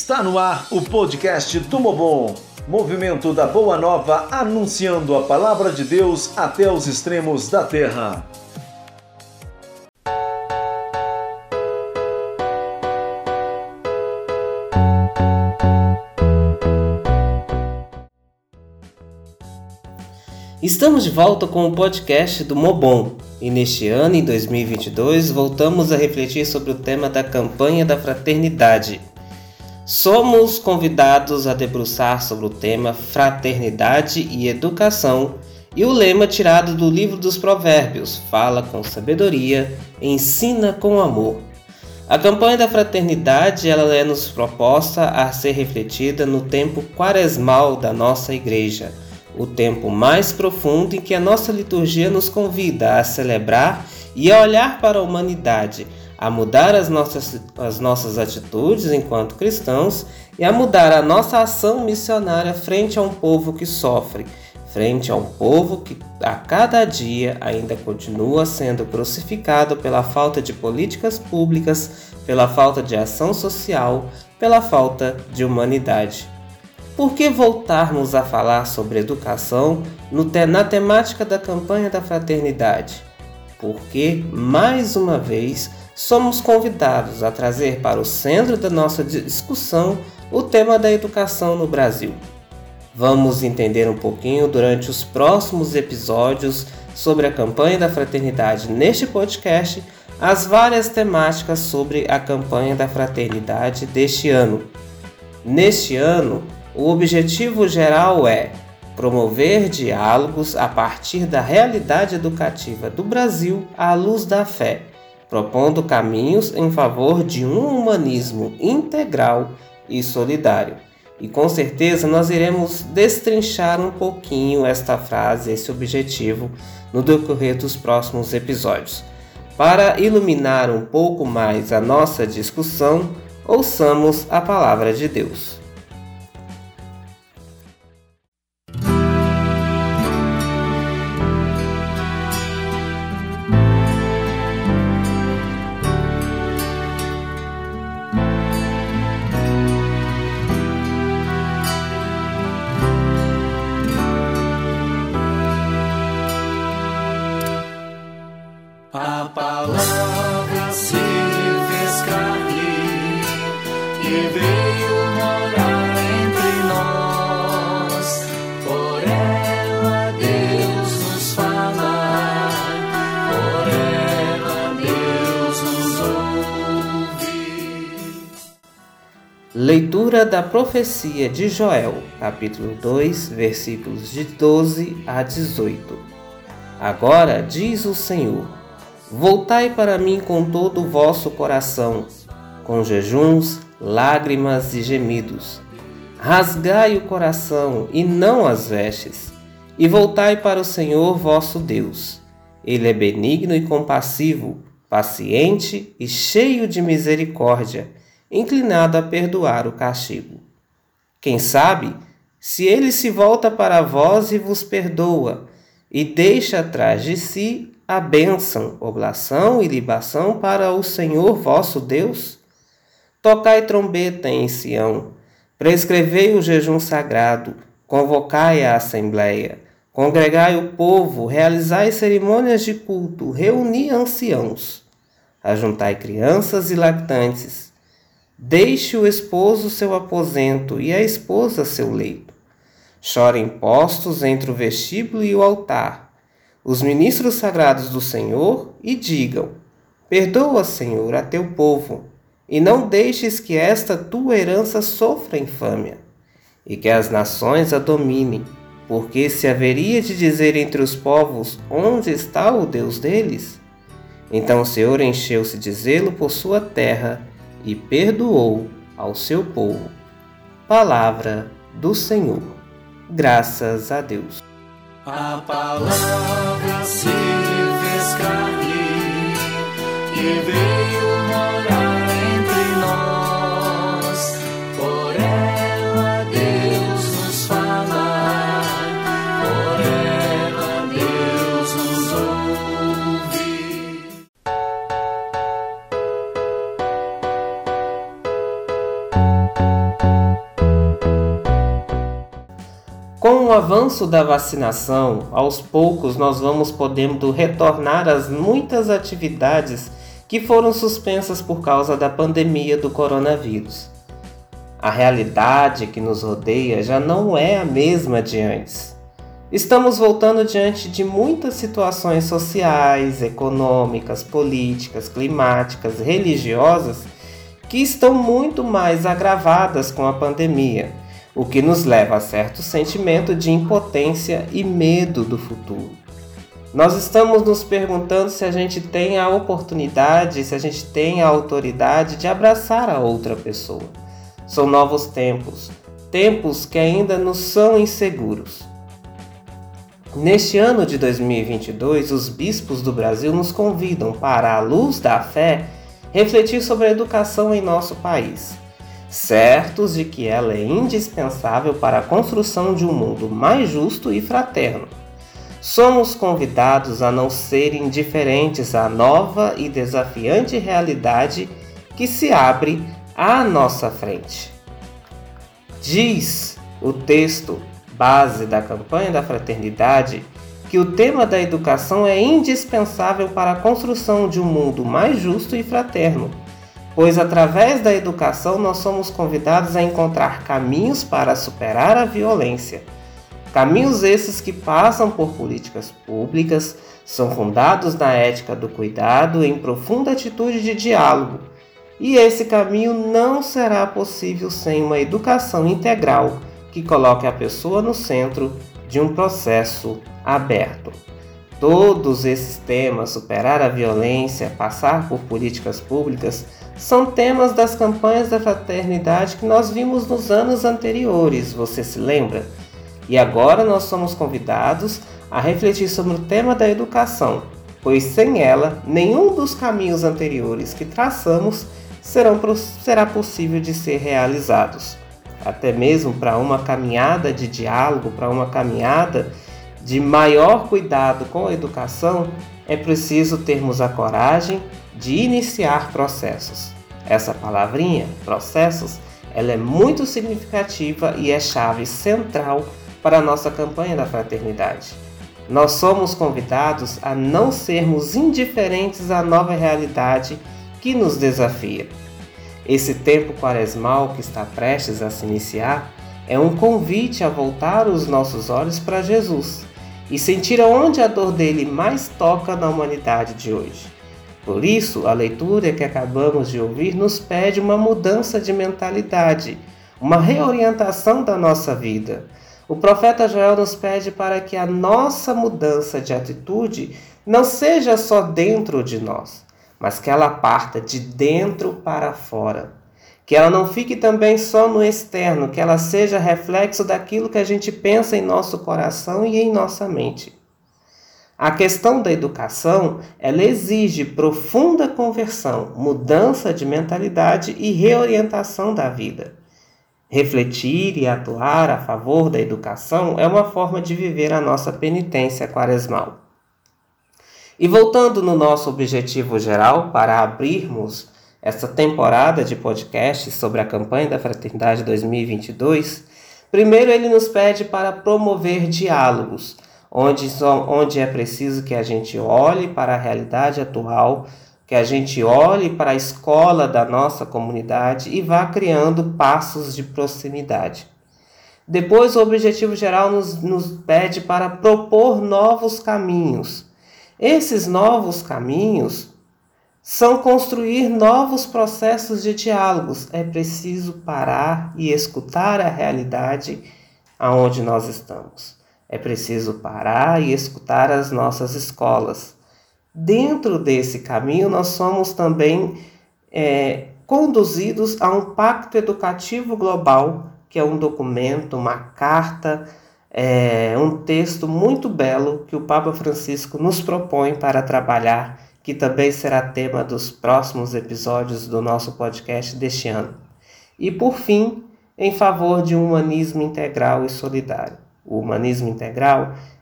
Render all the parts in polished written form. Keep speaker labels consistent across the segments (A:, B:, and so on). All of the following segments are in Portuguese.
A: Está no ar o podcast do Mobon, movimento da Boa Nova, anunciando a palavra de Deus até os extremos da terra.
B: Estamos de volta com o podcast do Mobon e neste ano, em 2022, voltamos a refletir sobre o tema da campanha da fraternidade. Somos convidados a debruçar sobre o tema Fraternidade e Educação e o lema tirado do livro dos Provérbios, fala com sabedoria, ensina com amor. A campanha da fraternidade ela é nos proposta a ser refletida no tempo quaresmal da nossa igreja, o tempo mais profundo em que a nossa liturgia nos convida a celebrar e a olhar para a humanidade, a mudar as nossas atitudes enquanto cristãos e a mudar a nossa ação missionária frente a um povo que sofre, frente a um povo que a cada dia ainda continua sendo crucificado pela falta de políticas públicas, pela falta de ação social, pela falta de humanidade. Por que voltarmos a falar sobre educação na temática da campanha da fraternidade? Porque, mais uma vez, somos convidados a trazer para o centro da nossa discussão o tema da educação no Brasil. Vamos entender um pouquinho durante os próximos episódios sobre a campanha da fraternidade neste podcast, as várias temáticas sobre a campanha da fraternidade deste ano. Neste ano, o objetivo geral é promover diálogos a partir da realidade educativa do Brasil à luz da fé, propondo caminhos em favor de um humanismo integral e solidário. E com certeza nós iremos destrinchar um pouquinho esta frase, esse objetivo, no decorrer dos próximos episódios. Para iluminar um pouco mais a nossa discussão, ouçamos a palavra de Deus.
C: A palavra se fez carne e veio morar entre nós. Por ela Deus nos fala, por ela Deus nos ouve.
B: Leitura da profecia de Joel, capítulo 2, versículos de 12 a 18. Agora diz o Senhor: voltai para mim com todo o vosso coração, com jejuns, lágrimas e gemidos. Rasgai o coração e não as vestes, e voltai para o Senhor vosso Deus. Ele é benigno e compassivo, paciente e cheio de misericórdia, inclinado a perdoar o castigo. Quem sabe, se ele se volta para vós e vos perdoa, e deixa atrás de si a bênção, oblação e libação para o Senhor vosso Deus? Tocai trombeta em Sião, prescrevei o jejum sagrado, convocai a assembleia, congregai o povo, realizai cerimônias de culto, reuni anciãos, ajuntai crianças e lactantes. Deixe o esposo seu aposento e a esposa seu leito. Chorem postos entre o vestíbulo e o altar os ministros sagrados do Senhor, e digam: perdoa, Senhor, a teu povo, e não deixes que esta tua herança sofra infâmia, e que as nações a dominem, porque se haveria de dizer entre os povos: onde está o Deus deles? Então o Senhor encheu-se de zelo por sua terra, e perdoou ao seu povo. Palavra do Senhor. Graças a Deus.
C: A palavra se fez carne e veio morar entre nós. Por ela Deus nos fala, por ela Deus nos ouve.
B: o avanço da vacinação, aos poucos nós vamos podendo retornar às muitas atividades que foram suspensas por causa da pandemia do coronavírus. A realidade que nos rodeia já não é a mesma de antes. Estamos voltando diante de muitas situações sociais, econômicas, políticas, climáticas, religiosas que estão muito mais agravadas com a pandemia, o que nos leva a certo sentimento de impotência e medo do futuro. Nós estamos nos perguntando se a gente tem a oportunidade, se a gente tem a autoridade de abraçar a outra pessoa. São novos tempos, tempos que ainda nos são inseguros. Neste ano de 2022, os bispos do Brasil nos convidam para, à luz da fé, refletir sobre a educação em nosso país, certos de que ela é indispensável para a construção de um mundo mais justo e fraterno. Somos convidados a não ser indiferentes à nova e desafiante realidade que se abre à nossa frente. Diz o texto base da campanha da fraternidade que o tema da educação é indispensável para a construção de um mundo mais justo e fraterno, pois através da educação nós somos convidados a encontrar caminhos para superar a violência. Caminhos esses que passam por políticas públicas, são fundados na ética do cuidado em profunda atitude de diálogo, e esse caminho não será possível sem uma educação integral que coloque a pessoa no centro de um processo aberto. Todos esses temas, superar a violência, passar por políticas públicas, são temas das campanhas da fraternidade que nós vimos nos anos anteriores, você se lembra? E agora nós somos convidados a refletir sobre o tema da educação, pois sem ela, nenhum dos caminhos anteriores que traçamos será possível de ser realizados. Até mesmo para uma caminhada de diálogo, para uma caminhada de maior cuidado com a educação, é preciso termos a coragem de iniciar processos. Essa palavrinha, processos, ela é muito significativa e é chave central para a nossa campanha da fraternidade. Nós somos convidados a não sermos indiferentes à nova realidade que nos desafia. Esse tempo quaresmal que está prestes a se iniciar é um convite a voltar os nossos olhos para Jesus e sentir aonde a dor dele mais toca na humanidade de hoje. Por isso, a leitura que acabamos de ouvir nos pede uma mudança de mentalidade, uma reorientação da nossa vida. O profeta Joel nos pede para que a nossa mudança de atitude não seja só dentro de nós, mas que ela parta de dentro para fora. Que ela não fique também só no externo, que ela seja reflexo daquilo que a gente pensa em nosso coração e em nossa mente. A questão da educação, ela exige profunda conversão, mudança de mentalidade e reorientação da vida. Refletir e atuar a favor da educação é uma forma de viver a nossa penitência quaresmal. E voltando no nosso objetivo geral para abrirmos essa temporada de podcast sobre a campanha da Fraternidade 2022, primeiro ele nos pede para promover diálogos, onde é preciso que a gente olhe para a realidade atual, que a gente olhe para a escola da nossa comunidade e vá criando passos de proximidade. Depois o objetivo geral nos pede para propor novos caminhos. Esses novos caminhos são construir novos processos de diálogos. É preciso parar e escutar a realidade aonde nós estamos. É preciso parar e escutar as nossas escolas. Dentro desse caminho, nós somos também conduzidos a um pacto educativo global, que é um documento, uma carta, um texto muito belo que o Papa Francisco nos propõe para trabalhar, que também será tema dos próximos episódios do nosso podcast deste ano. E por fim, em favor de um humanismo integral e solidário. O humanismo integral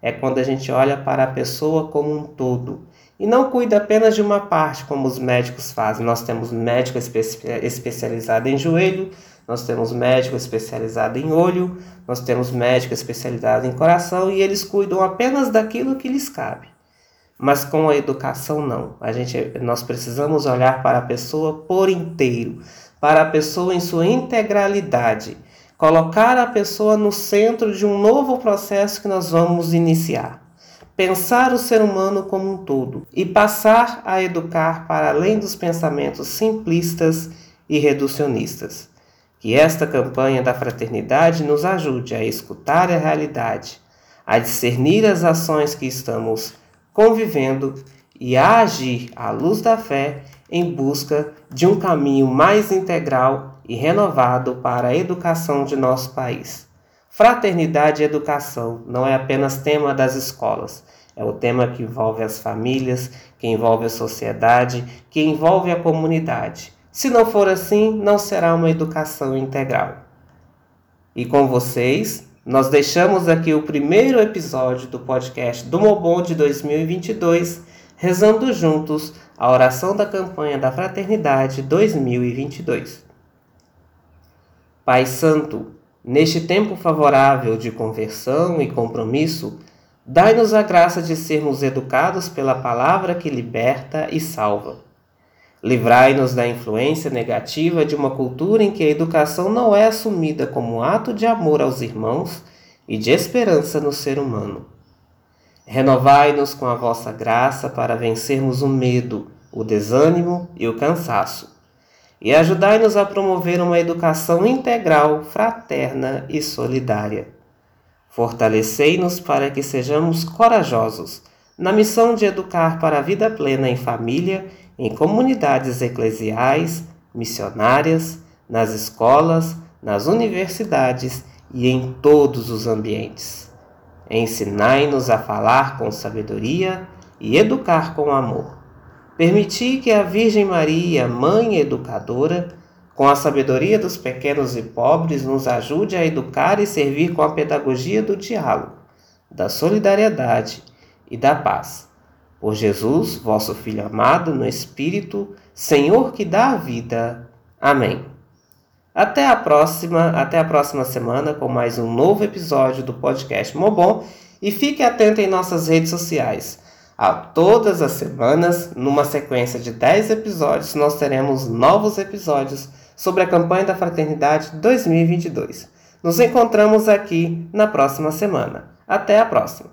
B: é quando a gente olha para a pessoa como um todo e não cuida apenas de uma parte, como os médicos fazem. Nós temos médico especializado em joelho, nós temos médico especializado em olho, nós temos médico especializado em coração e eles cuidam apenas daquilo que lhes cabe. Mas com a educação não. Nós precisamos olhar para a pessoa por inteiro, para a pessoa em sua integralidade, colocar a pessoa no centro de um novo processo que nós vamos iniciar. Pensar o ser humano como um todo e passar a educar para além dos pensamentos simplistas e reducionistas. Que esta campanha da fraternidade nos ajude a escutar a realidade, a discernir as ações que estamos convivendo e a agir à luz da fé em busca de um caminho mais integral e renovado para a educação de nosso país. Fraternidade e educação não é apenas tema das escolas, é o tema que envolve as famílias, que envolve a sociedade, que envolve a comunidade. Se não for assim, não será uma educação integral. E com vocês, nós deixamos aqui o primeiro episódio do podcast do Mobon de 2022, rezando juntos a oração da campanha da Fraternidade 2022. Pai Santo, neste tempo favorável de conversão e compromisso, dai-nos a graça de sermos educados pela palavra que liberta e salva. Livrai-nos da influência negativa de uma cultura em que a educação não é assumida como um ato de amor aos irmãos e de esperança no ser humano. Renovai-nos com a vossa graça para vencermos o medo, o desânimo e o cansaço. E ajudai-nos a promover uma educação integral, fraterna e solidária. Fortalecei-nos para que sejamos corajosos na missão de educar para a vida plena em família, em comunidades eclesiais, missionárias, nas escolas, nas universidades e em todos os ambientes. Ensinai-nos a falar com sabedoria e educar com amor. Permiti que a Virgem Maria, Mãe Educadora, com a sabedoria dos pequenos e pobres, nos ajude a educar e servir com a pedagogia do diálogo, da solidariedade e da paz. Por Jesus, vosso Filho amado, no Espírito, Senhor que dá a vida. Amém. Até a próxima semana com mais um novo episódio do podcast Mobon e fique atento em nossas redes sociais. A todas as semanas, numa sequência de 10 episódios, nós teremos novos episódios sobre a campanha da Fraternidade 2022. Nos encontramos aqui na próxima semana. Até a próxima!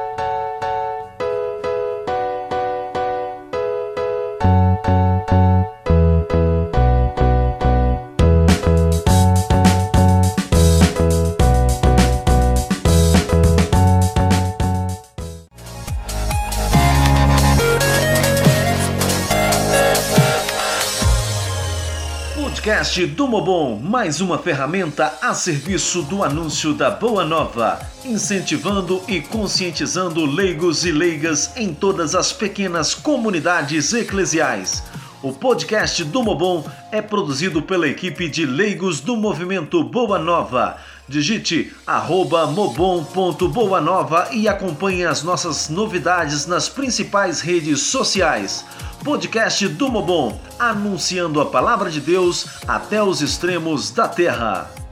A: Podcast do Mobon, mais uma ferramenta a serviço do anúncio da Boa Nova, incentivando e conscientizando leigos e leigas em todas as pequenas comunidades eclesiais. O podcast do Mobon é produzido pela equipe de leigos do movimento Boa Nova. Digite @mobon.boanova e acompanhe as nossas novidades nas principais redes sociais. Podcast do Mobon, anunciando a palavra de Deus até os extremos da terra.